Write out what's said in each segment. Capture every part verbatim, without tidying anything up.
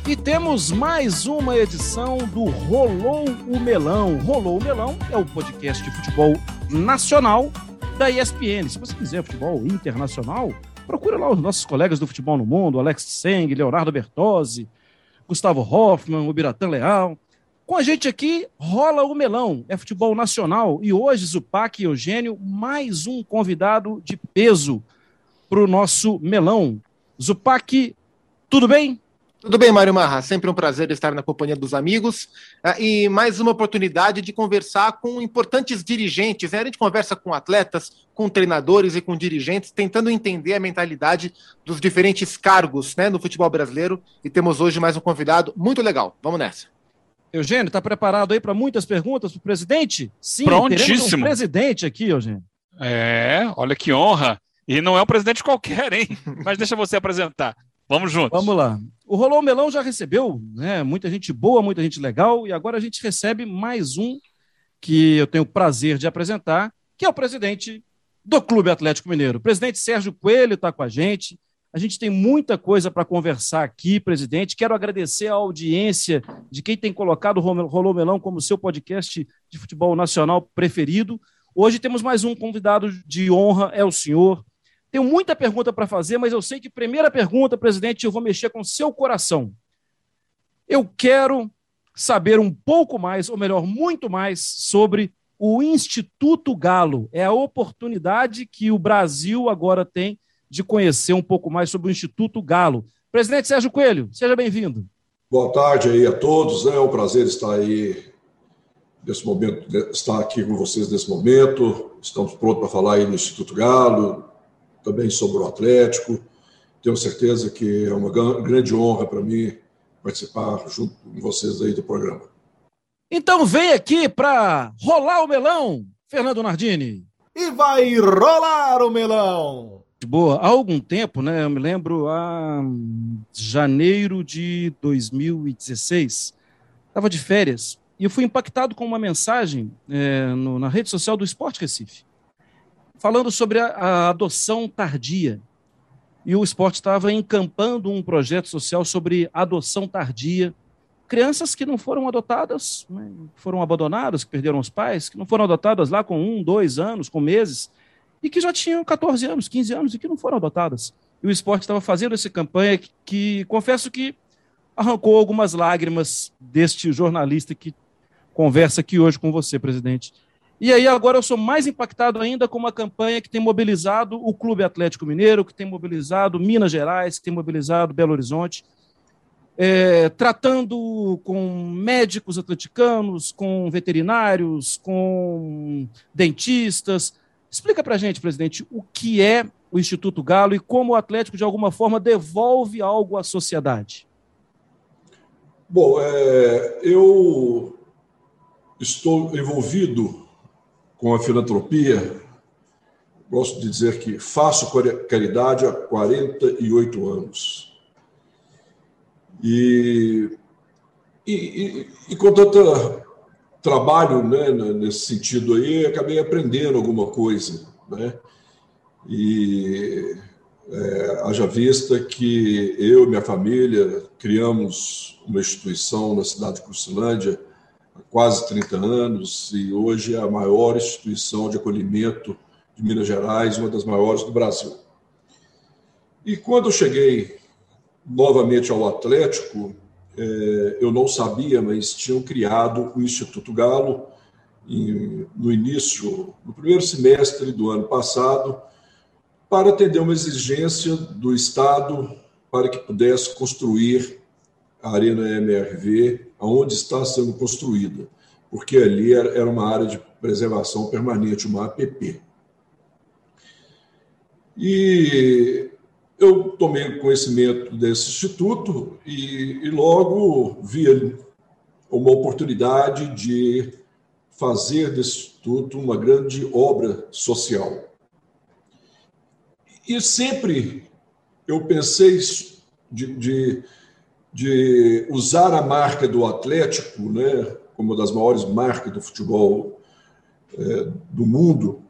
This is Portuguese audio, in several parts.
E temos mais uma edição do Rolou o Melão. Rolou o Melão é o podcast de futebol nacional da E S P N. Se você quiser futebol internacional, procura lá os nossos colegas do Futebol no Mundo, Alex Seng, Leonardo Bertozzi, Gustavo Hoffmann, o Biratan Leal. Com a gente aqui, Rola o Melão, é futebol nacional. E hoje, Zupac e Eugênio, mais um convidado de peso para o nosso melão. Zupac, tudo bem? Tudo bem, Mário Marra, sempre um prazer estar na companhia dos amigos e mais uma oportunidade de conversar com importantes dirigentes. A gente conversa com atletas, com treinadores e com dirigentes, tentando entender a mentalidade dos diferentes cargos, né, no futebol brasileiro, e temos hoje mais um convidado muito legal. Vamos nessa. Eugênio, está preparado aí para muitas perguntas para o presidente? Sim, prontíssimo. Teremos um presidente aqui, Eugênio. É, olha que honra. E não é um presidente qualquer, hein? Mas deixa você apresentar. Vamos juntos. Vamos lá. O Rolou Melão já recebeu, né, muita gente boa, muita gente legal, e agora a gente recebe mais um que eu tenho o prazer de apresentar, que é o presidente do Clube Atlético Mineiro. O presidente Sérgio Coelho está com a gente. A gente tem muita coisa para conversar aqui, presidente. Quero agradecer a audiência de quem tem colocado o Rolou Melão como seu podcast de futebol nacional preferido. Hoje temos mais um convidado de honra, é o senhor. Tenho muita pergunta para fazer, mas eu sei que primeira pergunta, presidente, eu vou mexer com o seu coração. Eu quero saber um pouco mais, ou melhor, muito mais, sobre o Instituto Galo. É a oportunidade que o Brasil agora tem de conhecer um pouco mais sobre o Instituto Galo. Presidente Sérgio Coelho, seja bem-vindo. Boa tarde aí a todos, né? É um prazer estar aí nesse momento, estar aqui com vocês nesse momento. Estamos prontos para falar aí do Instituto Galo, também sobre o Atlético. Tenho certeza que é uma grande honra para mim participar junto com vocês aí do programa. Então vem aqui para rolar o melão, Fernando Nardini. E vai rolar o melão. Boa, há algum tempo, né? Eu me lembro, a janeiro de dois mil e dezesseis, estava de férias e eu fui impactado com uma mensagem é, no, na rede social do Sport Recife, falando sobre a, a adoção tardia. E o Sport estava encampando um projeto social sobre adoção tardia. Crianças que não foram adotadas, né, foram abandonadas, que perderam os pais, que não foram adotadas lá com um, dois anos, com meses, e que já tinham catorze anos, quinze anos, e que não foram adotadas. E o Sport estava fazendo essa campanha que, que, confesso que arrancou algumas lágrimas deste jornalista que conversa aqui hoje com você, presidente. E aí agora eu sou mais impactado ainda com uma campanha que tem mobilizado o Clube Atlético Mineiro, que tem mobilizado Minas Gerais, que tem mobilizado Belo Horizonte, é, tratando com médicos atleticanos, com veterinários, com dentistas. Explica para a gente, presidente, o que é o Instituto Galo e como o Atlético, de alguma forma, devolve algo à sociedade. Bom, é, eu estou envolvido com a filantropia, gosto de dizer que faço caridade há quarenta e oito anos. E, e, e, e com tanto trabalho, né, nesse sentido aí, acabei aprendendo alguma coisa, né? E é, haja vista que eu e minha família criamos uma instituição na cidade de Crucilândia há quase trinta anos e hoje é a maior instituição de acolhimento de Minas Gerais, uma das maiores do Brasil. E quando eu cheguei novamente ao Atlético, é, eu não sabia, mas tinham criado o Instituto Galo em, no início, no primeiro semestre do ano passado, para atender uma exigência do Estado para que pudesse construir a Arena M R V, onde está sendo construída, porque ali era uma área de preservação permanente, uma A P P. E eu tomei conhecimento desse instituto e, e logo vi uma oportunidade de fazer desse instituto uma grande obra social. E sempre eu pensei de, de, de usar a marca do Atlético, né, como uma das maiores marcas do futebol é, do mundo,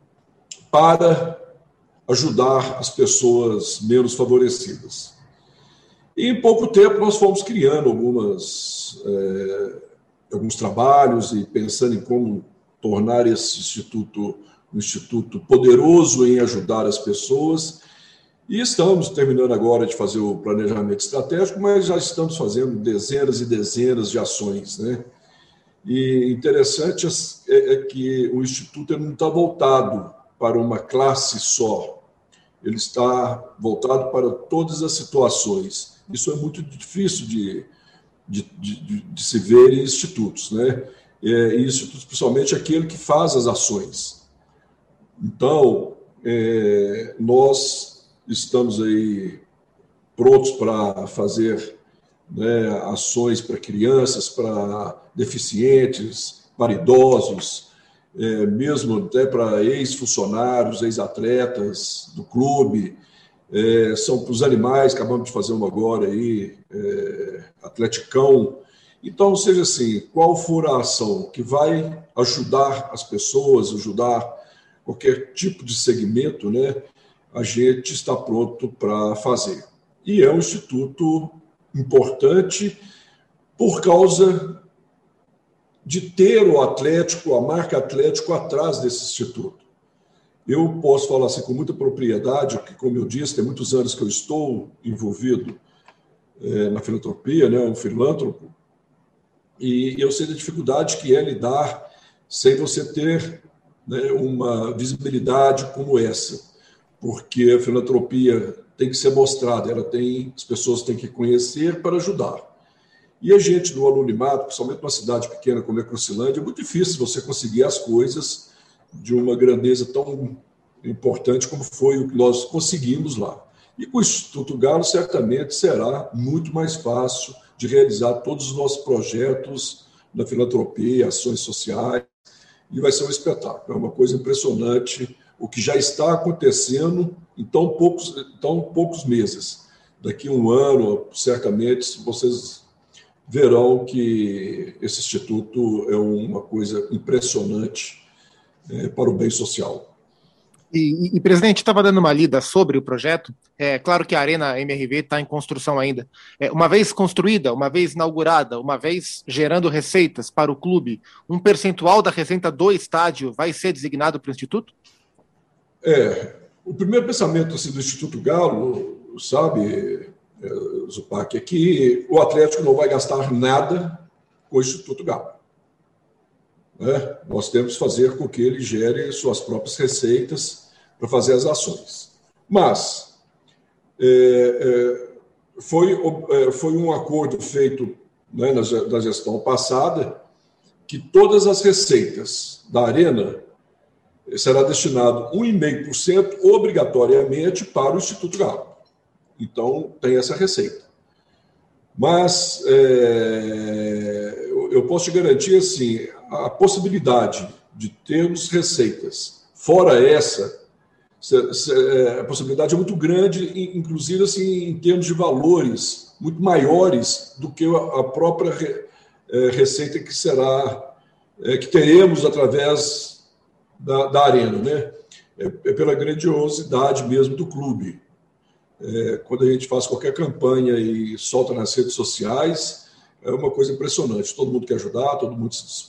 para ajudar as pessoas menos favorecidas. E em pouco tempo nós fomos criando algumas, é, alguns trabalhos e pensando em como tornar esse instituto um instituto poderoso em ajudar as pessoas. E estamos terminando agora de fazer o planejamento estratégico, mas já estamos fazendo dezenas e dezenas de ações, né? E interessante é, é que o Instituto não está voltado para uma classe só, ele está voltado para todas as situações. Isso é muito difícil de, de, de, de se ver em institutos, né? É, e institutos, principalmente aquele que faz as ações. Então, é, nós estamos aí prontos para fazer, né, ações para crianças, para deficientes, para idosos, é, mesmo até para ex-funcionários, ex-atletas do clube, é, são para os animais, acabamos de fazer uma agora aí, é, atleticão. Então, seja assim, qual for a ação que vai ajudar as pessoas, ajudar qualquer tipo de segmento, né, a gente está pronto para fazer. E é um instituto importante por causa de ter o Atlético, a marca Atlético, atrás desse instituto. Eu posso falar assim com muita propriedade, porque, como eu disse, tem muitos anos que eu estou envolvido é, na filantropia, né, um filântropo, e eu sei da dificuldade que é lidar sem você ter, né, uma visibilidade como essa, porque a filantropia tem que ser mostrada, ela tem, as pessoas têm que conhecer para ajudar. E a gente, no anonimato, principalmente numa cidade pequena como é Crucilândia, é muito difícil você conseguir as coisas de uma grandeza tão importante como foi o que nós conseguimos lá. E com o Instituto Galo, certamente será muito mais fácil de realizar todos os nossos projetos na filantropia, ações sociais, e vai ser um espetáculo. É uma coisa impressionante o que já está acontecendo em tão poucos, tão poucos meses. Daqui a um ano, certamente, vocês verão que esse instituto é uma coisa impressionante é, para o bem social. E, e presidente, estava dando uma lida sobre o projeto. É claro que a Arena M R V está em construção ainda. É, uma vez construída, uma vez inaugurada, uma vez gerando receitas para o clube, um percentual da receita do estádio vai ser designado para o Instituto? É, o primeiro pensamento assim, do Instituto Galo, sabe, é, Zupac, é que o Atlético não vai gastar nada com o Instituto Galo. É, nós temos que fazer com que ele gere suas próprias receitas para fazer as ações. Mas é, é, foi, é, foi um acordo feito, né, na, na gestão passada que todas as receitas da Arena será destinado um vírgula cinco por cento obrigatoriamente para o Instituto Galo. Então, tem essa receita. Mas é, eu posso te garantir assim, a possibilidade de termos receitas fora essa, a possibilidade é muito grande, inclusive assim, em termos de valores muito maiores do que a própria receita que será, que teremos através da, da Arena, né? É pela grandiosidade mesmo do clube. É, quando a gente faz qualquer campanha e solta nas redes sociais, é uma coisa impressionante. Todo mundo quer ajudar, todo mundo se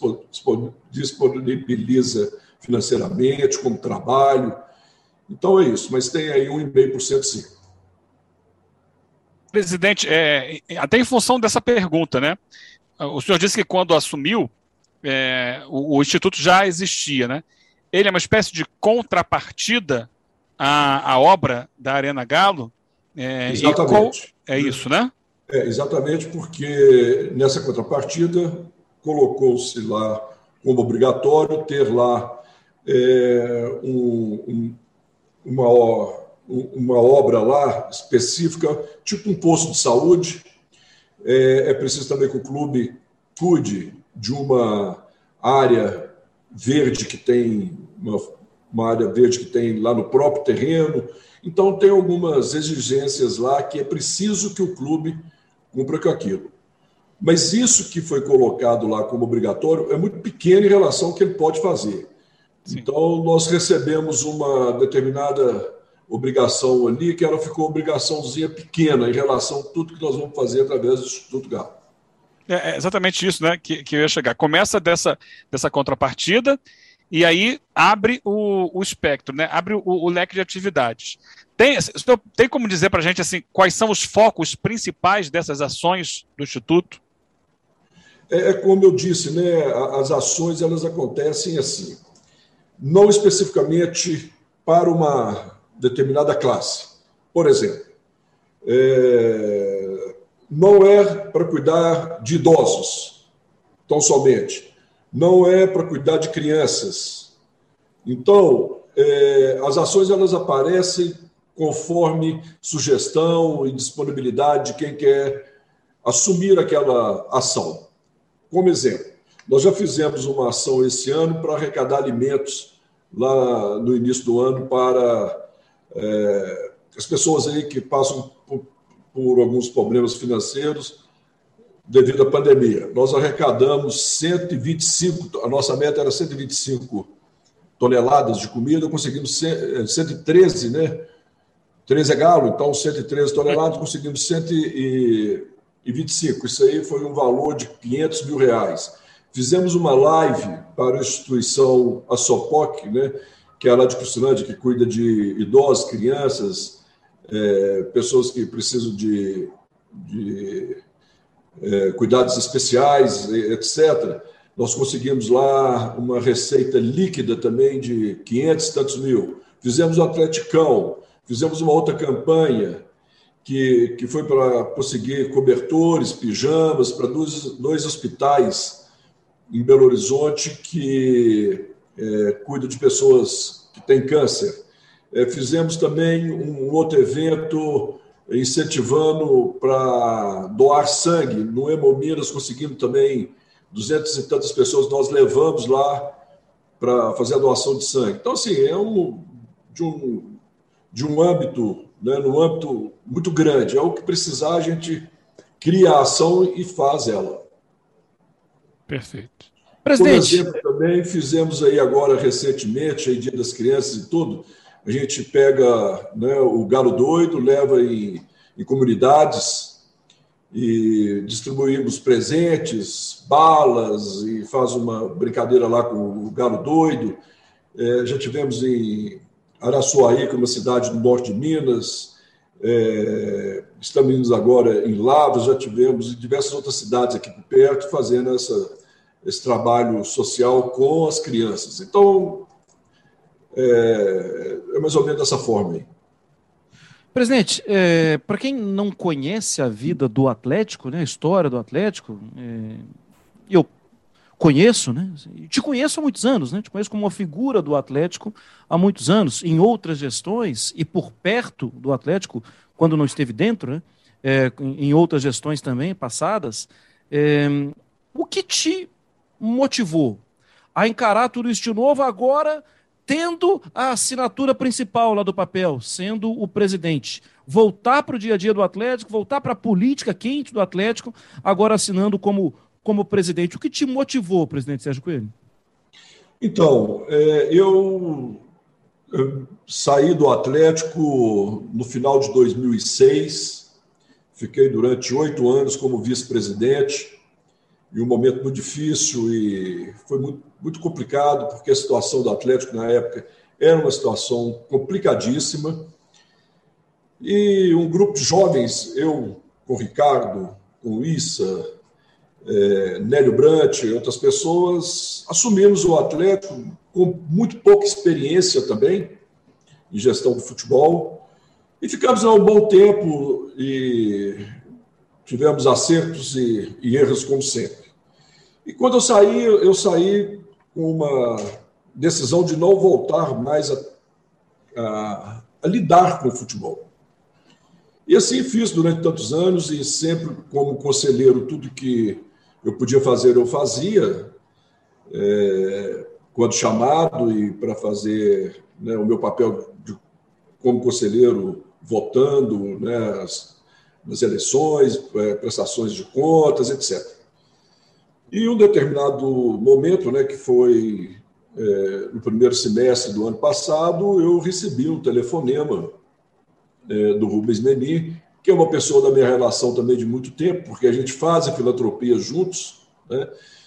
disponibiliza financeiramente, como trabalho. Então é isso, mas tem aí um vírgula cinco por cento sim. Presidente, é, até em função dessa pergunta, né? O senhor disse que quando assumiu, é, o, o Instituto já existia, né? Ele é uma espécie de contrapartida à, à obra da Arena Galo? É, exatamente. Qual, é isso, né? É, exatamente, porque nessa contrapartida colocou-se lá como obrigatório ter lá é, um, um, uma, uma obra lá específica, tipo um posto de saúde. É, é preciso também que o clube cuide de uma área verde que tem, uma, uma área verde que tem lá no próprio terreno. Então, tem algumas exigências lá que é preciso que o clube cumpra com aquilo. Mas isso que foi colocado lá como obrigatório é muito pequeno em relação ao que ele pode fazer. Sim. Então, nós recebemos uma determinada, obrigação ali, que ela ficou obrigaçãozinha pequena em relação a tudo que nós vamos fazer através do Instituto Galo. É exatamente isso, né, que, que eu ia chegar. Começa dessa, dessa contrapartida e aí abre o, o espectro, né, abre o, o leque de atividades. Tem, tem como dizer para a gente assim, quais são os focos principais dessas ações do Instituto? É, é como eu disse, né, as ações elas acontecem assim, não especificamente para uma determinada classe. Por exemplo, é, não é para cuidar de idosos, tão somente. Não é para cuidar de crianças. Então, é, as ações elas aparecem conforme sugestão e disponibilidade de quem quer assumir aquela ação. Como exemplo, nós já fizemos uma ação esse ano para arrecadar alimentos lá no início do ano para é, as pessoas aí que passam por, por alguns problemas financeiros devido à pandemia. Nós arrecadamos cento e vinte e cinco, a nossa meta era cento e vinte e cinco toneladas de comida, conseguimos cento e treze, né? treze é galo, então cento e treze toneladas, conseguimos cento e vinte e cinco. Isso aí foi um valor de quinhentos mil reais. Fizemos uma live para a instituição Assopoc, né, que é lá de Cristinândia, que cuida de idosos, crianças, é, pessoas que precisam de, de é, cuidados especiais, etcétera. Nós conseguimos lá uma receita líquida também de quinhentos e tantos mil. Fizemos o Atleticão, fizemos uma outra campanha que, que foi para conseguir cobertores, pijamas, para dois, dois hospitais em Belo Horizonte que é, cuidam de pessoas que têm câncer. É, fizemos também um outro evento incentivando para doar sangue. No Hemominas conseguimos também duzentas e tantas pessoas, nós levamos lá para fazer a doação de sangue. Então, assim, é um, de, um, de um âmbito, né, num âmbito muito grande. É o que precisar, a gente cria a ação e faz ela. Perfeito. Presidente. Por exemplo, também fizemos aí agora recentemente, aí Dia das Crianças e tudo, a gente pega, né, o Galo Doido, leva em, em comunidades e distribuímos presentes, balas e faz uma brincadeira lá com o Galo Doido. É, já tivemos em Araçuaí, que é uma cidade do norte de Minas, é, estamos agora em Lavras, já tivemos em diversas outras cidades aqui por perto fazendo essa, esse trabalho social com as crianças. Então, é, é mais ou menos dessa forma aí. Presidente, é, para quem não conhece a vida do Atlético, né, a história do Atlético, é, eu conheço, né, te conheço há muitos anos, né, te conheço como uma figura do Atlético há muitos anos, em outras gestões e por perto do Atlético, quando não esteve dentro, né, é, em outras gestões também passadas. É, o que te motivou a encarar tudo isso de novo agora, tendo a assinatura principal lá do papel, sendo o presidente, voltar para o dia a dia do Atlético, voltar para a política quente do Atlético, agora assinando como, como presidente? O que te motivou, presidente Sérgio Coelho? Então, é, eu, eu saí do Atlético no final de dois mil e seis, fiquei durante oito anos como vice-presidente, em um momento muito difícil e foi muito, muito complicado, porque a situação do Atlético na época era uma situação complicadíssima. E um grupo de jovens, eu com o Ricardo, com o Issa, é, Nélio Brant e outras pessoas, assumimos o Atlético com muito pouca experiência também em gestão do futebol e ficamos lá um bom tempo e tivemos acertos e, e erros como sempre. E quando eu saí, eu saí com uma decisão de não voltar mais a, a, a lidar com o futebol. E assim fiz durante tantos anos e sempre como conselheiro, tudo que eu podia fazer, eu fazia, é, quando chamado e para fazer, né, o meu papel de, como conselheiro, votando, né, as, nas eleições, é, prestações de contas, etcétera. E em um determinado momento, né, que foi é, no primeiro semestre do ano passado, eu recebi um telefonema é, do Rubens Menin, que é uma pessoa da minha relação também de muito tempo, porque a gente faz a filantropia juntos, né?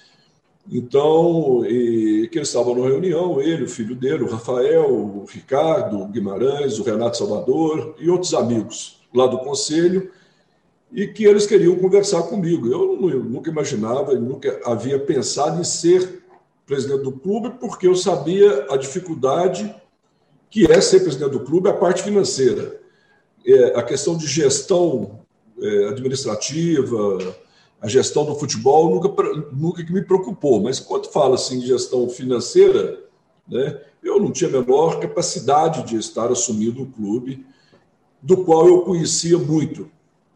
Então, e, que eles estavam na reunião, ele, o filho dele, o Rafael, o Ricardo, o Guimarães, o Renato Salvador e outros amigos lá do conselho, e que eles queriam conversar comigo. Eu, eu nunca imaginava, nunca havia pensado em ser presidente do clube, porque eu sabia a dificuldade que é ser presidente do clube, a parte financeira. É, a questão de gestão é, administrativa, a gestão do futebol nunca, nunca que me preocupou, mas quando fala assim, de gestão financeira, né, eu não tinha a menor capacidade de estar assumindo um clube do qual eu conhecia muito,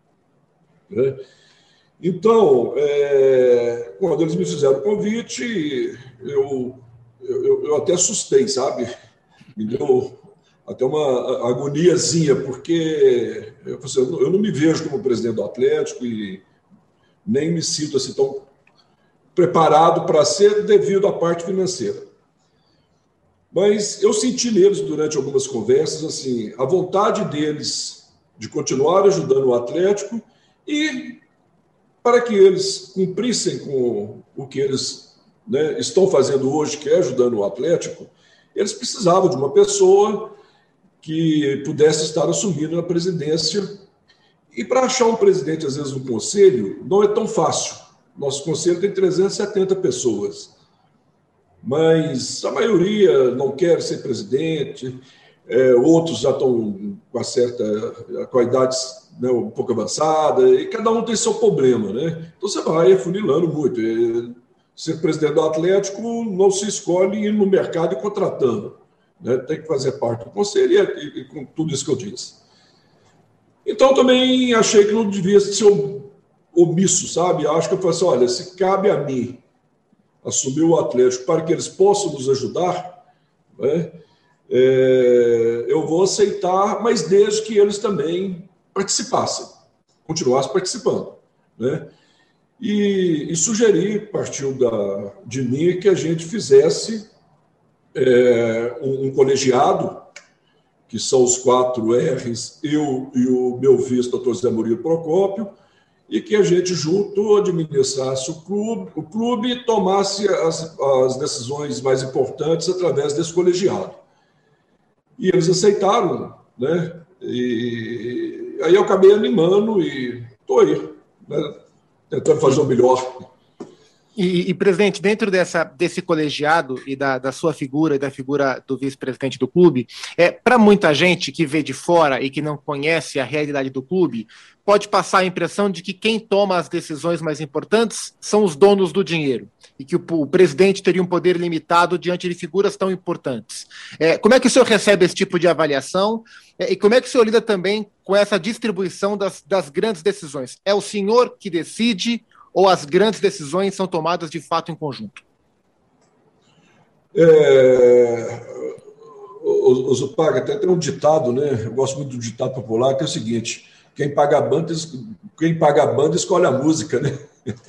né? Então, é, quando eles me fizeram o convite, eu, eu, eu até assustei, sabe? Me deu até uma agoniazinha, porque eu, assim, eu não me vejo como presidente do Atlético e nem me sinto assim tão preparado para ser devido à parte financeira. Mas eu senti neles, durante algumas conversas, assim, a vontade deles de continuar ajudando o Atlético e para que eles cumprissem com o que eles, né, estão fazendo hoje, que é ajudando o Atlético, eles precisavam de uma pessoa que pudesse estar assumindo a presidência. E para achar um presidente, às vezes, no conselho, não é tão fácil. Nosso conselho tem trezentas e setenta pessoas, mas a maioria não quer ser presidente, é, outros já estão com a certa com a idade, né, um pouco avançada, e cada um tem seu problema, né? Então você vai afunilando muito. É, ser presidente do Atlético não se escolhe ir no mercado e contratando, né? Tem que fazer parte do conselho e, e, e com tudo isso que eu disse. Então, também achei que não devia ser omisso, sabe? Acho que eu falei assim, olha, se cabe a mim assumir o Atlético para que eles possam nos ajudar, né, é, eu vou aceitar, mas desde que eles também participassem, continuassem participando, né? E, e sugeri, partiu da, de mim, que a gente fizesse é, um, um colegiado, que são os quatro R's, eu e o meu vice, doutor Zé Murilo Procópio, e que a gente junto administrasse o clube, o clube e tomasse as, as decisões mais importantes através desse colegiado. E eles aceitaram, né? E aí eu acabei animando e estou aí, né, tentando fazer o melhor. E, e, presidente, dentro dessa, desse colegiado e da, da sua figura e da figura do vice-presidente do clube, é, para muita gente que vê de fora e que não conhece a realidade do clube, pode passar a impressão de que quem toma as decisões mais importantes são os donos do dinheiro e que o, o presidente teria um poder limitado diante de figuras tão importantes. É, como é que o senhor recebe esse tipo de avaliação é, e como é que o senhor lida também com essa distribuição das, das grandes decisões? É o senhor que decide ou as grandes decisões são tomadas de fato em conjunto? É, o, o Zupag, até tem um ditado, né? Eu gosto muito do ditado popular, que é o seguinte: quem paga a banda, quem paga a banda escolhe a música, né?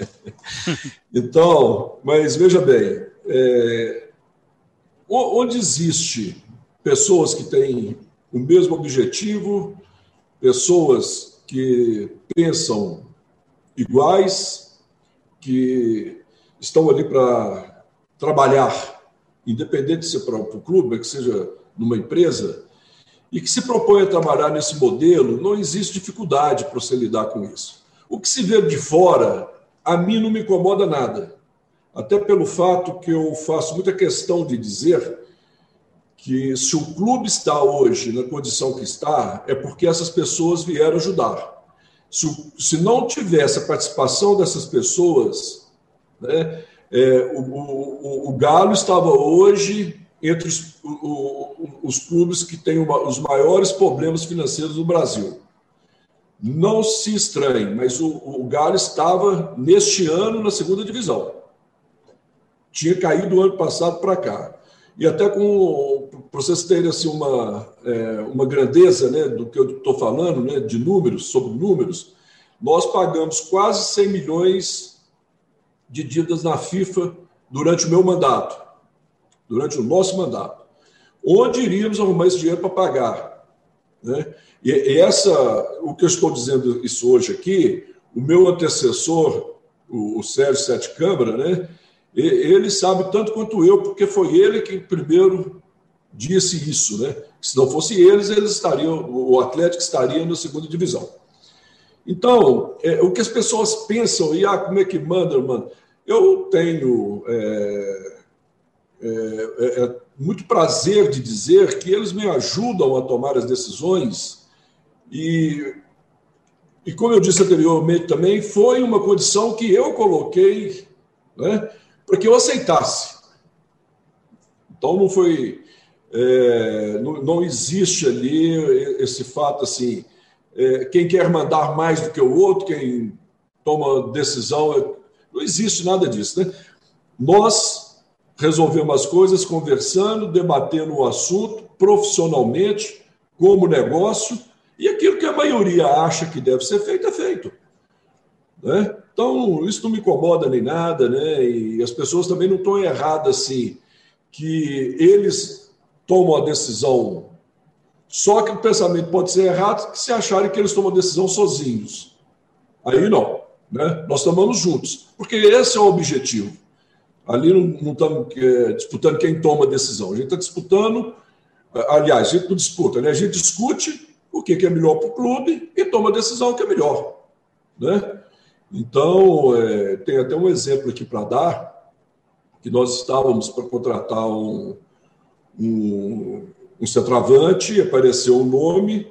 Então, mas veja bem, é, onde existe pessoas que têm o mesmo objetivo, pessoas que pensam iguais, que estão ali para trabalhar, independente de ser para o clube, que seja numa empresa, e que se propõe a trabalhar nesse modelo, não existe dificuldade para você lidar com isso. O que se vê de fora, a mim não me incomoda nada. Até pelo fato que eu faço muita questão de dizer que se o clube está hoje na condição que está, é porque essas pessoas vieram ajudar. Se, se não tivesse a participação dessas pessoas, né, é, o, o, o Galo estava hoje entre os, o, os clubes que têm uma, os maiores problemas financeiros do Brasil. Não se estranhe, mas o, o Galo estava, neste ano, na segunda divisão. Tinha caído o ano passado para cá. E até com, para vocês terem assim, uma, é, uma grandeza, né, do que eu estou falando, né, de números, sobre números, nós pagamos quase cem milhões de dívidas na FIFA durante o meu mandato, durante o nosso mandato. Onde iríamos arrumar esse dinheiro para pagar, né? E, e essa, o que eu estou dizendo isso hoje aqui, o meu antecessor, o, o Sérgio Sete Câmara, né, ele sabe tanto quanto eu, porque foi ele que primeiro disse isso, né? Se não fosse eles, eles estariam, o Atlético estaria na segunda divisão. Então, é, o que as pessoas pensam, e ah, como é que manda, mano? Eu tenho é, é, é, muito prazer de dizer que eles me ajudam a tomar as decisões e, e como eu disse anteriormente também, foi uma condição que eu coloquei, né, para que eu aceitasse. Então, não foi... É, não, não existe ali esse fato assim, é, quem quer mandar mais do que o outro, quem toma decisão, não existe nada disso, né? Nós resolvemos as coisas conversando, debatendo o assunto profissionalmente, como negócio, e aquilo que a maioria acha que deve ser feito é feito, né? Então, isso não me incomoda nem nada, né? E as pessoas também não estão erradas assim, que eles tomam a decisão, só que o pensamento pode ser errado se acharem que eles tomam a decisão sozinhos. Aí não, né? Nós tomamos juntos, porque esse é o objetivo. Ali não, não estamos é, disputando quem toma a decisão, a gente está disputando, aliás, a gente não disputa, né? A gente discute o que é melhor para o clube e toma a decisão que é melhor, né? Então, é, tem até um exemplo aqui para dar, que nós estávamos para contratar um Um, um centroavante, apareceu um nome,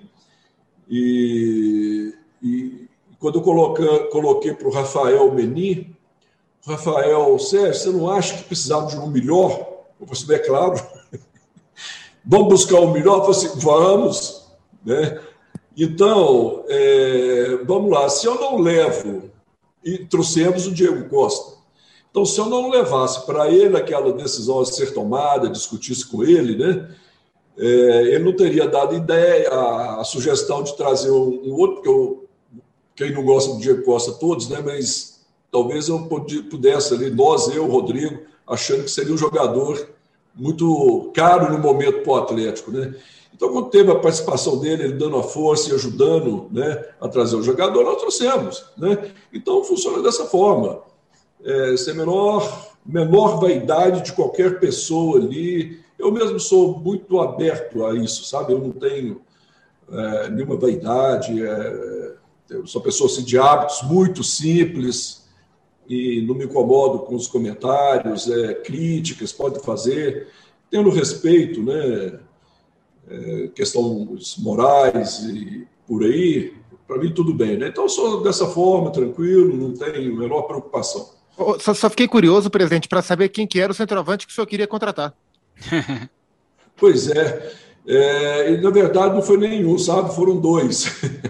e, e quando eu coloquei, coloquei para o Rafael Menin, o Rafael, Sérgio, você não acha que precisava de um melhor? Eu falei assim, é claro, vamos buscar um melhor? Eu falei assim, vamos, né? Então, é, vamos lá, se eu não levo, e trouxemos o Diego Costa. Então, se eu não levasse para ele aquela decisão a ser tomada, discutisse com ele, né, é, ele não teria dado ideia, a, a sugestão de trazer um, um outro, porque eu, quem não gosta do Diego Costa, todos, né, mas talvez eu pudesse ali, nós, eu, Rodrigo, achando que seria um jogador muito caro no momento para o Atlético, né? Então, quando teve a participação dele, ele dando a força e ajudando, né, a trazer o jogador, nós trouxemos, né? Então, funciona dessa forma. É, sem menor, menor vaidade de qualquer pessoa ali. Eu mesmo sou muito aberto a isso, sabe? Eu não tenho é, nenhuma vaidade, é, eu sou pessoa assim, de hábitos muito simples e não me incomodo com os comentários, é, críticas, pode fazer, tendo respeito, né? É, questões morais e por aí, para mim tudo bem, né? Então eu sou dessa forma, tranquilo, não tenho a menor preocupação. Só, só fiquei curioso, presidente, para saber quem que era o centroavante que o senhor queria contratar. Pois é, é, e na verdade não foi nenhum, sabe? Foram dois.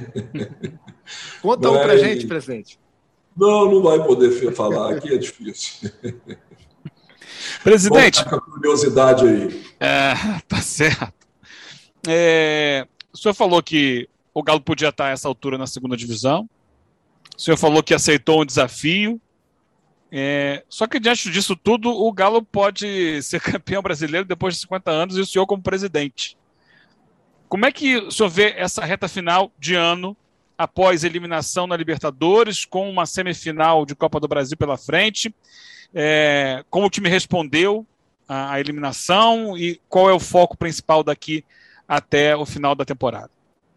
Conta Mas... um para gente, presidente. Não, não vai poder falar, aqui é difícil. Presidente. Vamos com a curiosidade aí. É, tá certo. É, o senhor falou que o Galo podia estar a essa altura na segunda divisão. O senhor falou que aceitou um desafio. É, só que diante disso tudo, o Galo pode ser campeão brasileiro depois de cinquenta anos e o senhor como presidente. Como é que o senhor vê essa reta final de ano, após eliminação na Libertadores, com uma semifinal de Copa do Brasil pela frente? É, como o time respondeu à, à eliminação e qual é o foco principal daqui até o final da temporada?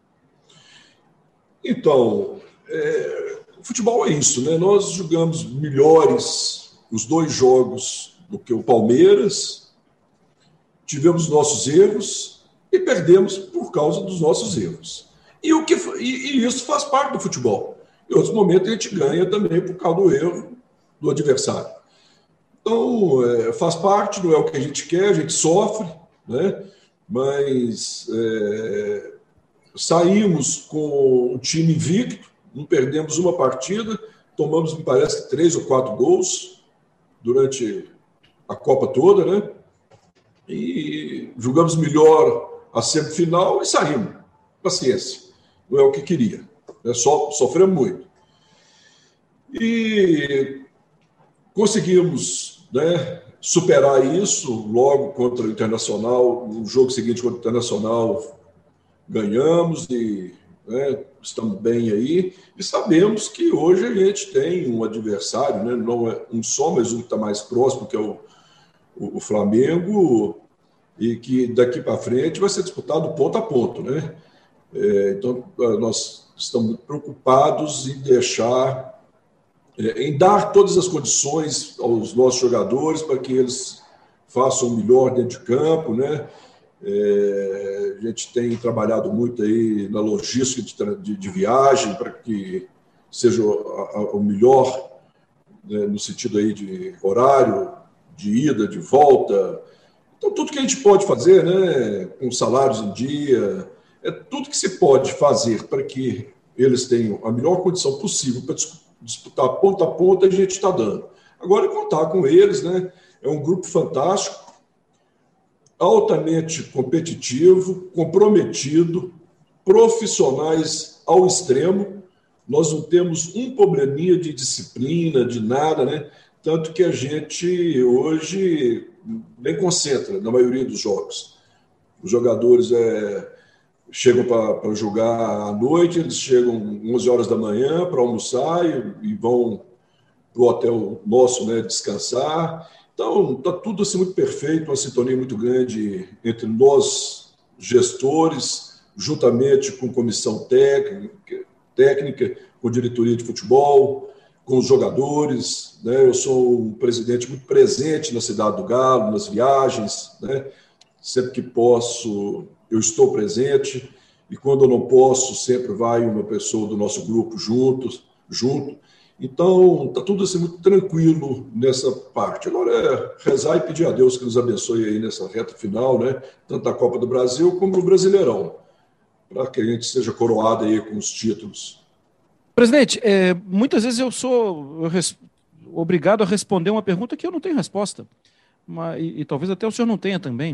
Então, é... o futebol é isso, né? Nós jogamos melhores os dois jogos do que o Palmeiras, tivemos nossos erros e perdemos por causa dos nossos erros. E, o que, e, e isso faz parte do futebol. Em outros momentos a gente ganha também por causa do erro do adversário. Então, é, faz parte, não é o que a gente quer, a gente sofre, né? Mas é, saímos com o time invicto, não perdemos uma partida, tomamos, me parece, três ou quatro gols durante a Copa toda, né? E jogamos melhor a semifinal e saímos. Paciência, não é o que queria. É só sofremos muito. E conseguimos, né, superar isso logo contra o Internacional. No jogo seguinte contra o Internacional, ganhamos e, né, estamos bem aí. E sabemos que hoje a gente tem um adversário, né, não é um só, mas um que está mais próximo, que é o, o, o Flamengo, e que daqui para frente vai ser disputado ponto a ponto, né? É, então, nós estamos preocupados em deixar, é, em dar todas as condições aos nossos jogadores para que eles façam o melhor dentro de campo, né? É, a gente tem trabalhado muito aí na logística de, de, de viagem para que seja a, a, o melhor, né, no sentido aí de horário, de ida, de volta. Então, tudo que a gente pode fazer, né, com salários em dia, é tudo que se pode fazer para que eles tenham a melhor condição possível para disputar ponta a ponta, a gente está dando. Agora, contar com eles, né, é um grupo fantástico, altamente competitivo, comprometido, profissionais ao extremo. Nós não temos um probleminha de disciplina, de nada, né? Tanto que a gente hoje nem concentra na maioria dos jogos. Os jogadores é, chegam para jogar à noite, eles chegam onze horas da manhã para almoçar e, e vão para o hotel nosso, né, descansar. Então, está tudo assim muito perfeito, uma sintonia muito grande entre nós, gestores, juntamente com comissão técnica, técnica com diretoria de futebol, com os jogadores, né? Eu sou um presidente muito presente na Cidade do Galo, nas viagens, né? Sempre que posso, eu estou presente, e quando eu não posso, sempre vai uma pessoa do nosso grupo juntos, junto. Então, está tudo assim muito tranquilo nessa parte. Agora é rezar e pedir a Deus que nos abençoe aí nessa reta final, né? Tanto a Copa do Brasil como o Brasileirão, para que a gente seja coroado aí com os títulos. Presidente, é, muitas vezes eu sou res, obrigado a responder uma pergunta que eu não tenho resposta, mas, e, e talvez até o senhor não tenha também.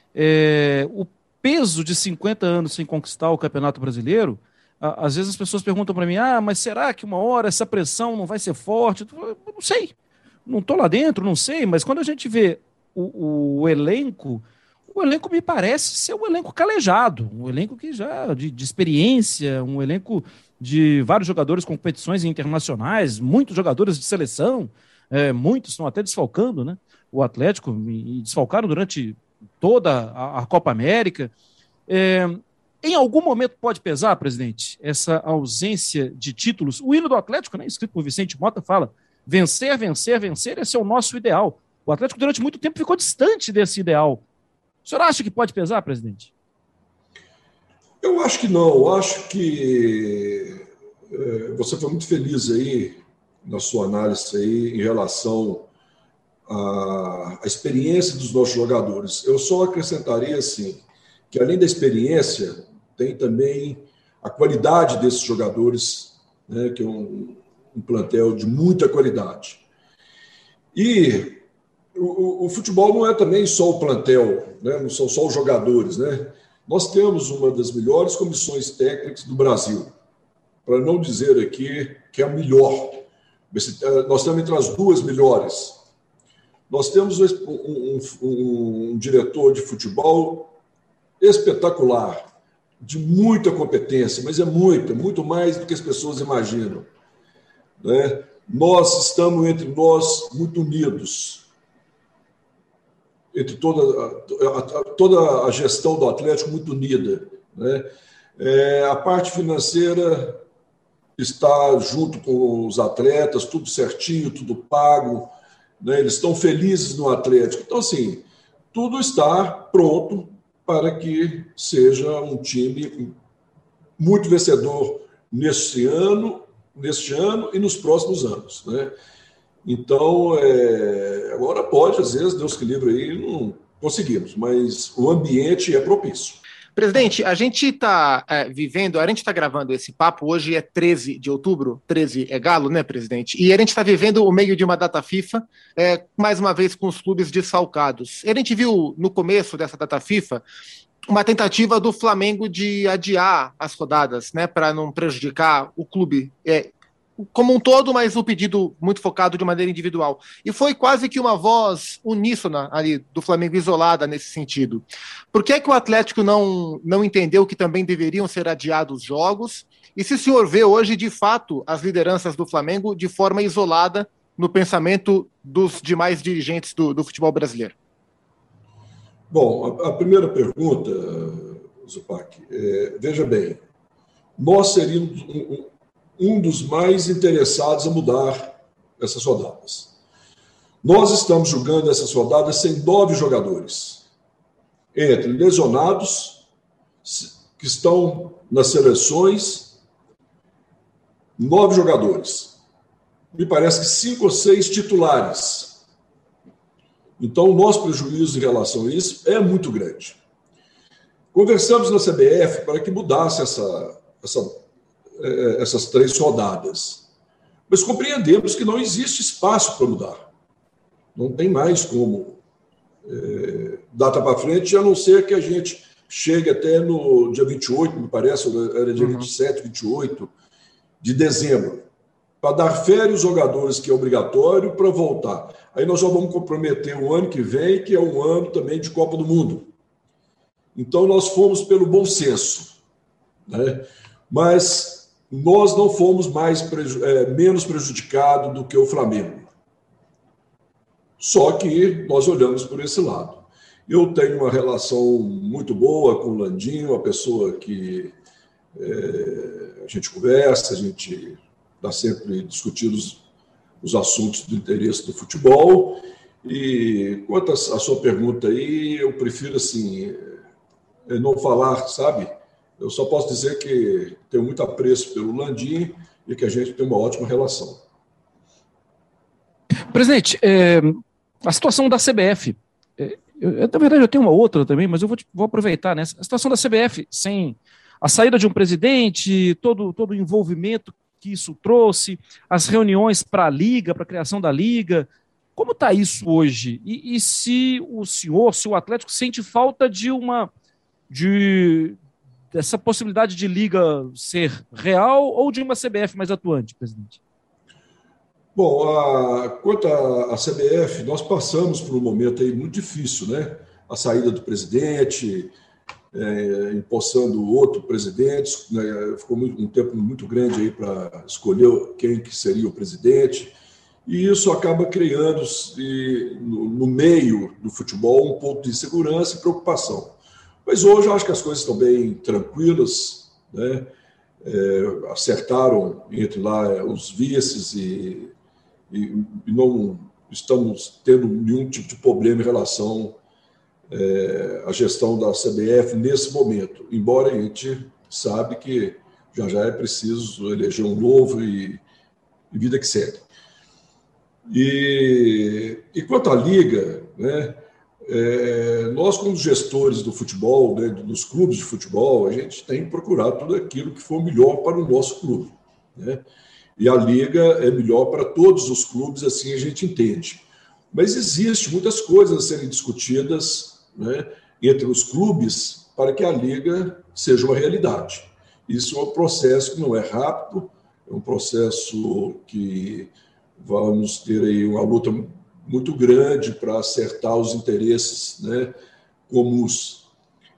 É, o peso de cinquenta anos sem conquistar o Campeonato Brasileiro, a, às vezes as pessoas perguntam para mim, ah, mas será que uma hora essa pressão não vai ser forte? Eu não sei, não estou lá dentro, não sei, mas quando a gente vê o, o elenco, o elenco me parece ser um elenco calejado, um elenco que já de, de experiência, um elenco de vários jogadores com competições internacionais, muitos jogadores de seleção, é, muitos estão até desfalcando, né, o Atlético, e, e desfalcaram durante toda a, a Copa América. É, em algum momento pode pesar, presidente, essa ausência de títulos? O hino do Atlético, né, escrito por Vicente Mota, fala vencer, vencer, vencer, esse é o nosso ideal. O Atlético durante muito tempo ficou distante desse ideal. O senhor acha que pode pesar, presidente? Eu acho que não. Eu acho que é, você foi muito feliz aí na sua análise aí em relação à, à experiência dos nossos jogadores. Eu só acrescentaria assim, que além da experiência, tem também a qualidade desses jogadores, né, que é um, um plantel de muita qualidade. E o, o futebol não é também só o plantel, né, não são só os jogadores, né? Nós temos uma das melhores comissões técnicas do Brasil, para não dizer aqui que é a melhor. Nós estamos entre as duas melhores. Nós temos um, um, um, um diretor de futebol espetacular, de muita competência, mas é muita, muito mais do que as pessoas imaginam, né? Nós estamos entre nós muito unidos, entre toda a, a, toda a gestão do Atlético muito unida, né? É, a parte financeira está junto com os atletas, tudo certinho, tudo pago, né? Eles estão felizes no Atlético. Então, assim, tudo está pronto para que seja um time muito vencedor neste ano, neste ano e nos próximos anos, né? Então, é, agora pode, às vezes, Deus que livre aí, não conseguimos, mas o ambiente é propício. Presidente, a gente está é, vivendo, a gente está gravando esse papo, hoje é treze de outubro, treze é galo, né, presidente? E a gente está vivendo o meio de uma data FIFA, é, mais uma vez com os clubes desfalcados. A gente viu no começo dessa data FIFA uma tentativa do Flamengo de adiar as rodadas, né, para não prejudicar o clube. É, como um todo, mas um pedido muito focado de maneira individual. E foi quase que uma voz uníssona ali do Flamengo, isolada nesse sentido. Por que é que o Atlético não, não entendeu que também deveriam ser adiados os jogos? E se o senhor vê hoje, de fato, as lideranças do Flamengo de forma isolada no pensamento dos demais dirigentes do, do futebol brasileiro? Bom, a, a primeira pergunta, Zupac, é, veja bem, nós seríamos um, um dos mais interessados a mudar essas rodadas. Nós estamos jogando essas rodadas sem nove jogadores, entre lesionados, que estão nas seleções, nove jogadores. Me parece que cinco ou seis titulares. Então, o nosso prejuízo em relação a isso é muito grande. Conversamos na C B F para que mudasse essa, essa, essas três rodadas. Mas compreendemos que não existe espaço para mudar. Não tem mais como é, data para frente, a não ser que a gente chegue até no dia vinte e oito, me parece, era dia uhum. vinte e sete, vinte e oito de dezembro, para dar férias aos jogadores, que é obrigatório, para voltar. Aí nós já vamos comprometer o ano que vem, que é um ano também de Copa do Mundo. Então, nós fomos pelo bom senso, né? Mas nós não fomos mais preju- é, menos prejudicados do que o Flamengo. Só que nós olhamos por esse lado. Eu tenho uma relação muito boa com o Landinho, uma pessoa que é, a gente conversa, a gente está sempre discutindo os, os assuntos do interesse do futebol. E quanto à sua pergunta aí, eu prefiro assim... não falar, sabe? Eu só posso dizer que tenho muito apreço pelo Landim e que a gente tem uma ótima relação. Presidente, é, a situação da C B F, é, eu, na verdade eu tenho uma outra também, mas eu vou, vou aproveitar nessa. A situação da C B F, sem a saída de um presidente, todo, todo o envolvimento que isso trouxe, as reuniões para a Liga, para a criação da Liga, como está isso hoje? E, e se o senhor, se o Atlético sente falta de uma... de dessa possibilidade de liga ser real ou de uma C B F mais atuante, presidente? Bom, a, quanto à C B F, nós passamos por um momento aí muito difícil, né? A saída do presidente, é, empossando outro presidente, né? Ficou muito, um tempo muito grande aí para escolher quem que seria o presidente, e isso acaba criando e, no, no meio do futebol um pouco de insegurança e preocupação. Mas hoje eu acho que as coisas estão bem tranquilas, né? É, acertaram entre lá os vices e, e, e não estamos tendo nenhum tipo de problema em relação é, à gestão da C B F nesse momento, embora a gente sabe que já já é preciso eleger um novo e, e vida que segue. E, e quanto à Liga, né? É, nós, como gestores do futebol, né, dos clubes de futebol, a gente tem procurado tudo aquilo que for melhor para o nosso clube, né? E a Liga é melhor para todos os clubes, assim a gente entende. Mas existe muitas coisas a serem discutidas, né, entre os clubes para que a Liga seja uma realidade. Isso é um processo que não é rápido, é um processo que vamos ter aí uma luta muito grande para acertar os interesses, né, comuns.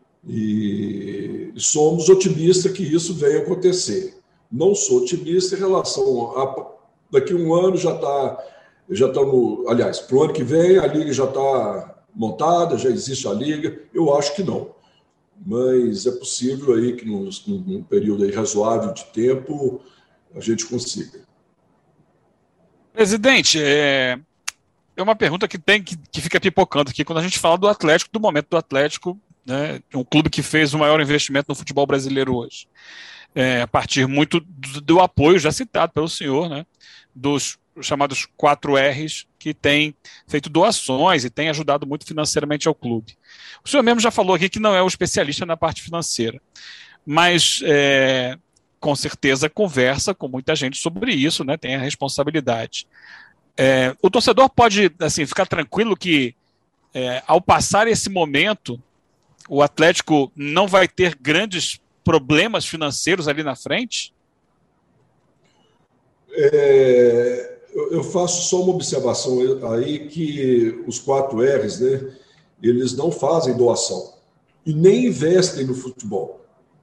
E somos otimistas que isso venha acontecer. Não sou otimista em relação a... Daqui a um ano já está... Já estamos, aliás, para o ano que vem a Liga já está montada, já existe a Liga. Eu acho que não. Mas é possível aí que num, num período aí razoável de tempo a gente consiga. Presidente, é... É uma pergunta que tem que, que fica pipocando aqui quando a gente fala do Atlético, do momento do Atlético, né, um clube que fez o maior investimento no futebol brasileiro hoje. É, a partir muito do, do apoio já citado pelo senhor, né, dos chamados quatro R's, que têm feito doações e têm ajudado muito financeiramente ao clube. O senhor mesmo já falou aqui que não é o especialista na parte financeira, mas é, com certeza conversa com muita gente sobre isso, né, tem a responsabilidade. É, o torcedor pode assim, ficar tranquilo que, é, ao passar esse momento, o Atlético não vai ter grandes problemas financeiros ali na frente? é, eu faço só uma observação aí que os quatro R's, né, eles não fazem doação e nem investem no futebol.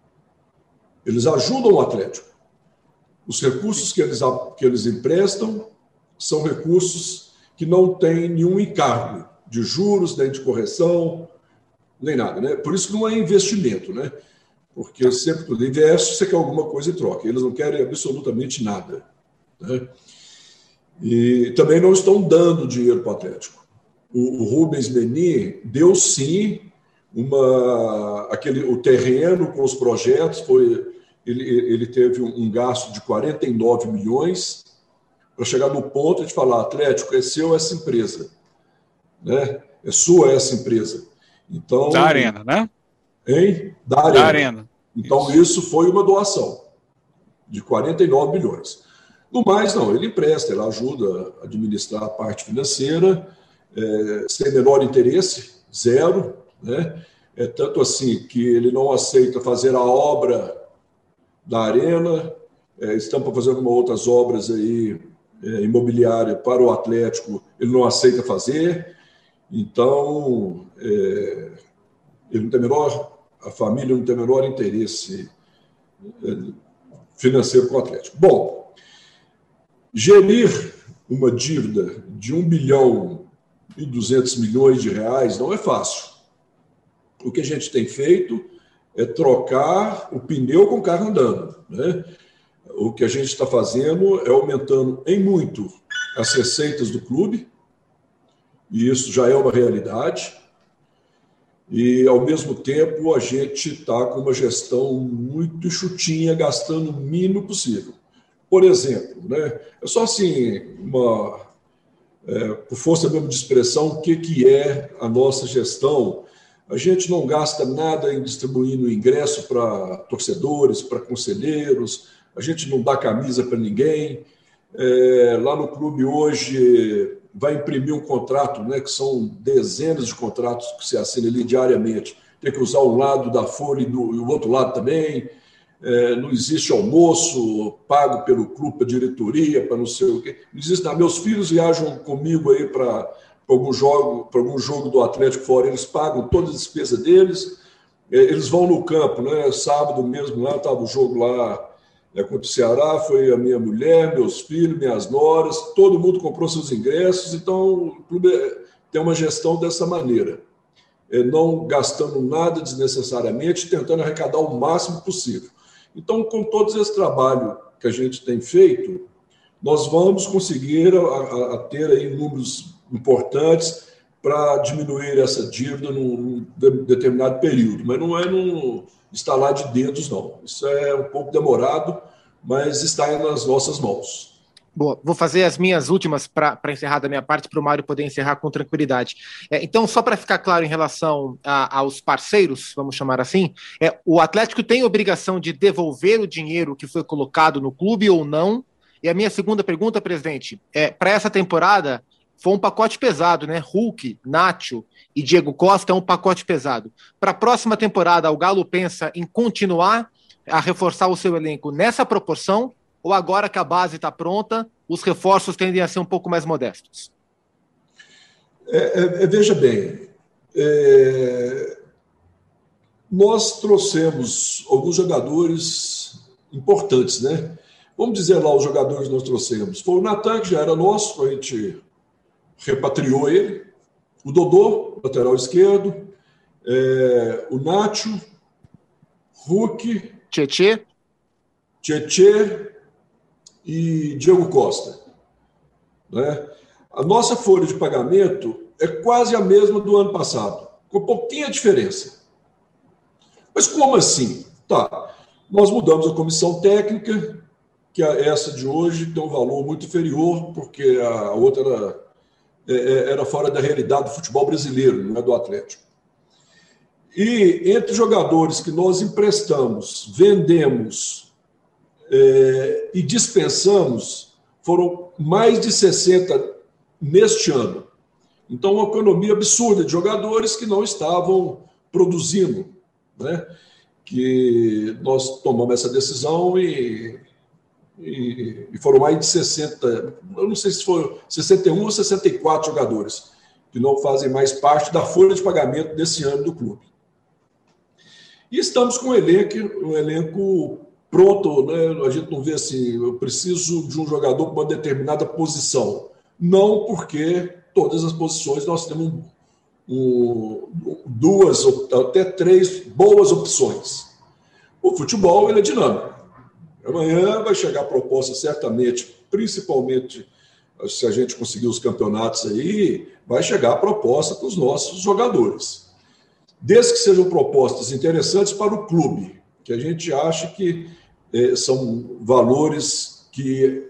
Eles ajudam o Atlético. Os recursos que eles, que eles emprestam são recursos que não têm nenhum encargo de juros, nem de correção, nem nada, né? Por isso que não é investimento, né? Porque sempre que tu investe, você quer alguma coisa em troca. Eles não querem absolutamente nada, né? E também não estão dando dinheiro para o Atlético. O, o Rubens Menin deu sim uma, aquele, o terreno com os projetos, foi, ele, ele teve um, um gasto de quarenta e nove milhões para chegar no ponto de falar, Atlético, é seu essa empresa, né? É sua essa empresa. Então, da Arena, né? Hein? Da Arena. Da Arena. Então, isso. isso foi uma doação de quarenta e nove milhões. No mais, não, ele empresta, ele ajuda a administrar a parte financeira, é, sem menor interesse, zero, né? É tanto assim que ele não aceita fazer a obra da Arena, é, estamos fazendo uma outras obras aí, é, imobiliária para o Atlético, ele não aceita fazer, então é, ele não tem menor, a família não tem menor interesse é, financeiro com o Atlético. Bom, gerir uma dívida de um bilhão e duzentos milhões de reais não é fácil. O que a gente tem feito é trocar o pneu com o carro andando, né? O que a gente está fazendo é aumentando em muito as receitas do clube, e isso já é uma realidade, e, ao mesmo tempo, a gente está com uma gestão muito enxutinha, gastando o mínimo possível. Por exemplo, né, é só assim, uma, é, por força mesmo de expressão, o que, que é a nossa gestão. A gente não gasta nada em distribuindo ingresso para torcedores, para conselheiros, a gente não dá camisa para ninguém. É, lá no clube hoje vai imprimir um contrato, né, que são dezenas de contratos que se assinam ali diariamente. Tem que usar um lado da folha e, do, e o outro lado também. É, não existe almoço pago pelo clube, para diretoria, para não sei o quê. Não existe nada. Meus filhos viajam comigo aí para algum jogo, para algum jogo do Atlético fora, eles pagam toda a despesa deles. É, eles vão no campo, né? Sábado mesmo lá estava o jogo lá é, contra o Ceará, foi a minha mulher, meus filhos, minhas noras, todo mundo comprou seus ingressos, então o clube tem uma gestão dessa maneira, é, não gastando nada desnecessariamente, tentando arrecadar o máximo possível. Então, com todo esse trabalho que a gente tem feito, nós vamos conseguir a, a, a ter aí números importantes para diminuir essa dívida num, num determinado período, mas não é num estalar de dedos, não. Isso é um pouco demorado, mas está nas nossas mãos. Boa, vou fazer as minhas últimas para encerrar da minha parte, para o Mário poder encerrar com tranquilidade. É, então, só para ficar claro em relação a, aos parceiros, vamos chamar assim, é, o Atlético tem obrigação de devolver o dinheiro que foi colocado no clube ou não? E a minha segunda pergunta, presidente, é, para essa temporada, foi um pacote pesado, né? Hulk, Nacho e Diego Costa é um pacote pesado. Para a próxima temporada, o Galo pensa em continuar a reforçar o seu elenco nessa proporção, ou agora que a base está pronta, os reforços tendem a ser um pouco mais modestos? É, é, veja bem, é, nós trouxemos alguns jogadores importantes, né? Vamos dizer lá os jogadores que nós trouxemos. Foi o Natan, que já era nosso, a gente repatriou ele. O Dodô, lateral esquerdo. É, o Nacho, Hulk, Tietê, Tietê e Diego Costa. Né? A nossa folha de pagamento é quase a mesma do ano passado, com pouquinha diferença. Mas como assim? Tá, nós mudamos a comissão técnica, que essa de hoje tem um valor muito inferior, porque a outra era, era fora da realidade do futebol brasileiro, não é do Atlético. E entre jogadores que nós emprestamos, vendemos é, e dispensamos, foram mais de sessenta neste ano. Então, uma economia absurda de jogadores que não estavam produzindo, né? Que nós tomamos essa decisão e e, e foram mais de sessenta, eu não sei se foram sessenta e um ou sessenta e quatro jogadores que não fazem mais parte da folha de pagamento desse ano do clube. E estamos com um elenco, um elenco pronto, né? A gente não vê assim, eu preciso de um jogador para uma determinada posição. Não, porque todas as posições nós temos um, duas, até três boas opções. O futebol ele é dinâmico. Amanhã vai chegar a proposta, certamente, principalmente se a gente conseguir os campeonatos aí, vai chegar a proposta para os nossos jogadores. Desde que sejam propostas interessantes para o clube, que a gente acha que eh, são valores que,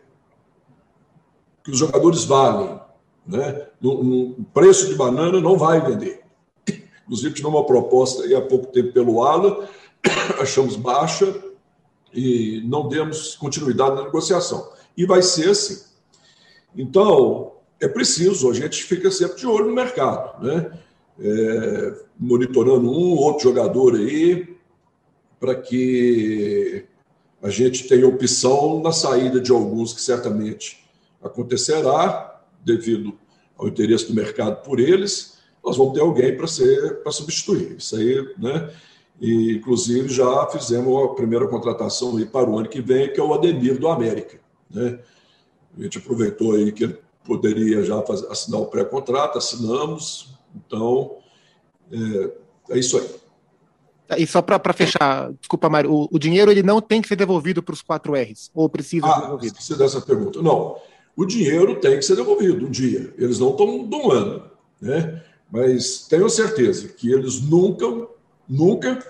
que os jogadores valem. Né? No, no preço de banana não vai vender. Inclusive, tivemos uma proposta aí há pouco tempo pelo Ala, achamos baixa e não demos continuidade na negociação. E vai ser assim. Então, é preciso, a gente fica sempre de olho no mercado, né? É, monitorando um ou outro jogador aí, para que a gente tenha opção na saída de alguns que certamente acontecerá, devido ao interesse do mercado por eles, nós vamos ter alguém para ser para substituir. Isso aí, né? E, inclusive, já fizemos a primeira contratação aí para o ano que vem, que é o Ademir do América, né? A gente aproveitou aí que ele poderia já fazer, assinar o pré-contrato, assinamos, então é, é isso aí. E só para fechar, desculpa, Mário, o, o dinheiro ele não tem que ser devolvido para os quatro R's, ou precisa ah, ser devolvido? Esqueci dessa pergunta. Não, o dinheiro tem que ser devolvido um dia, eles não estão doando, né? Mas tenho certeza que eles nunca, nunca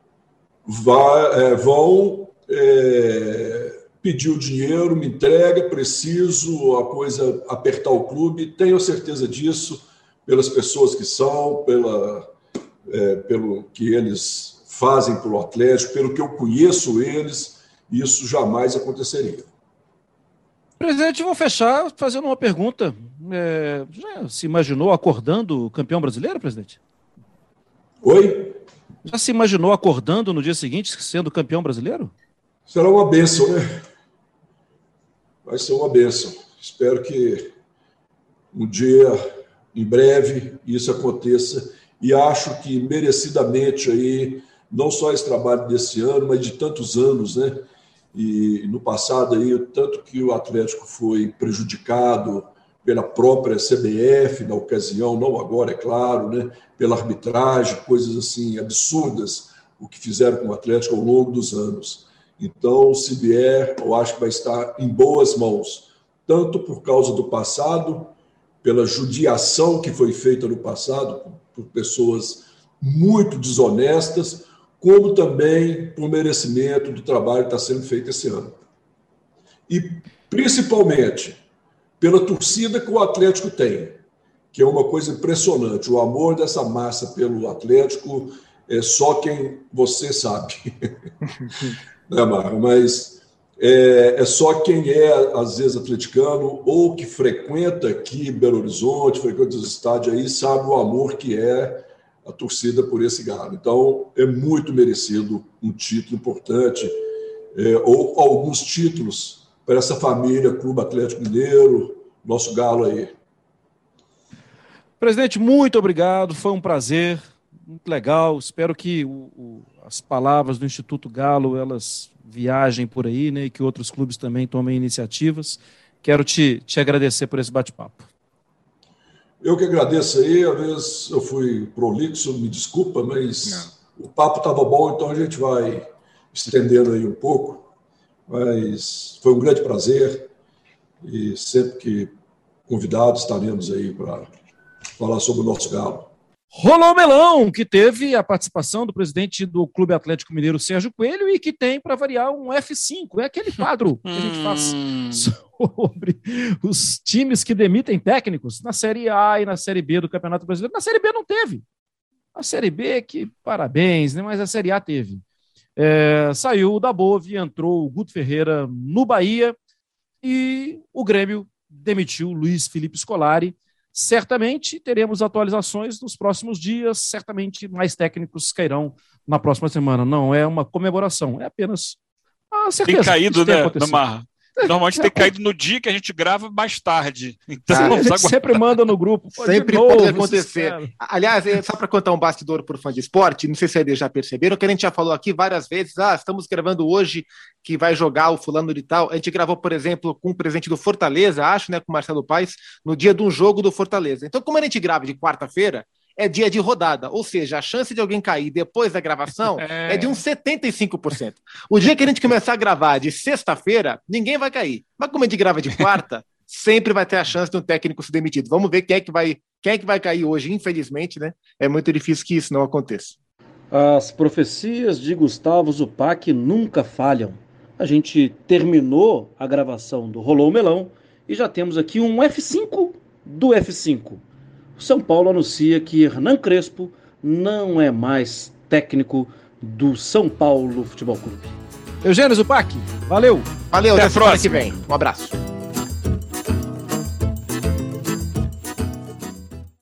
vai, é, vão... É, pedir o dinheiro, me entrega, preciso, a coisa apertar o clube, tenho certeza disso, pelas pessoas que são, pela, é, pelo que eles fazem pelo Atlético, pelo que eu conheço eles, isso jamais aconteceria. Presidente, vou fechar fazendo uma pergunta. É, já se imaginou acordando campeão brasileiro, presidente? Oi? Já se imaginou acordando no dia seguinte sendo campeão brasileiro? Será uma bênção, né? Vai ser uma bênção. Espero que um dia, em breve, isso aconteça. E acho que merecidamente aí, não só esse trabalho desse ano, mas de tantos anos, né? E no passado aí, tanto que o Atlético foi prejudicado pela própria C B F na ocasião, não agora, é claro, né? Pela arbitragem, coisas assim absurdas, o que fizeram com o Atlético ao longo dos anos. Então, se vier, eu acho que vai estar em boas mãos, tanto por causa do passado, pela judiação que foi feita no passado, por pessoas muito desonestas, como também por merecimento do trabalho que está sendo feito esse ano. E, principalmente, pela torcida que o Atlético tem, que é uma coisa impressionante. O amor dessa massa pelo Atlético é só quem você sabe. Né, Marco? Mas é, é só quem é, às vezes, atleticano ou que frequenta aqui Belo Horizonte, frequenta os estádios aí, sabe o amor que é a torcida por esse galo. Então, é muito merecido um título importante, é, ou alguns títulos para essa família, Clube Atlético Mineiro, nosso galo aí. Presidente, muito obrigado, foi um prazer, muito legal. Espero que o, o, as palavras do Instituto Galo, elas viajem por aí, né, e que outros clubes também tomem iniciativas. Quero te, te agradecer por esse bate-papo. Eu que agradeço aí, às vezes eu fui prolixo, me desculpa, mas Não. o papo estava bom, então a gente vai estendendo aí um pouco, mas foi um grande prazer e sempre que convidados estaremos aí para falar sobre o nosso galo. Rolou Melão, que teve a participação do presidente do Clube Atlético Mineiro, Sérgio Coelho, e que tem, para variar, um F cinco. É aquele quadro que a gente faz sobre os times que demitem técnicos na Série A e na Série B do Campeonato Brasileiro. Na Série B não teve. A Série B, que parabéns, né? Mas a Série A teve. É, saiu o Dabove, entrou o Guto Ferreira no Bahia e o Grêmio demitiu o Luiz Felipe Scolari. Certamente teremos atualizações nos próximos dias, certamente mais técnicos cairão na próxima semana. Não é uma comemoração, é apenas a certeza. Tem caído, né, na marra. Normalmente tem caído no dia que a gente grava mais tarde. Então, Ah, a gente agora... sempre manda no grupo. Pô, Sempre novo, pode acontecer. Aliás, só para contar um bastidor para o fã de esporte, não sei se eles já perceberam, que a gente já falou aqui várias vezes, ah, estamos gravando hoje que vai jogar o fulano de tal. A gente gravou, por exemplo, com o presidente do Fortaleza, acho, né, com o Marcelo Paes, no dia de um jogo do Fortaleza. Então, como a gente grava de quarta-feira, é dia de rodada, ou seja, a chance de alguém cair depois da gravação é, é de uns setenta e cinco por cento. O dia que a gente começar a gravar de sexta-feira, ninguém vai cair. Mas como a gente grava de quarta, sempre vai ter a chance de um técnico ser demitido. Vamos ver quem é que vai, quem é que vai cair hoje, infelizmente, né? É muito difícil que isso não aconteça. As profecias de Gustavo Zupac nunca falham. A gente terminou a gravação do Rolou o Melão e já temos aqui um F cinco do F cinco. O São Paulo anuncia que Hernan Crespo não é mais técnico do São Paulo Futebol Clube. Eugênio Zupac, valeu! Valeu, até até a próxima que vem. Um abraço.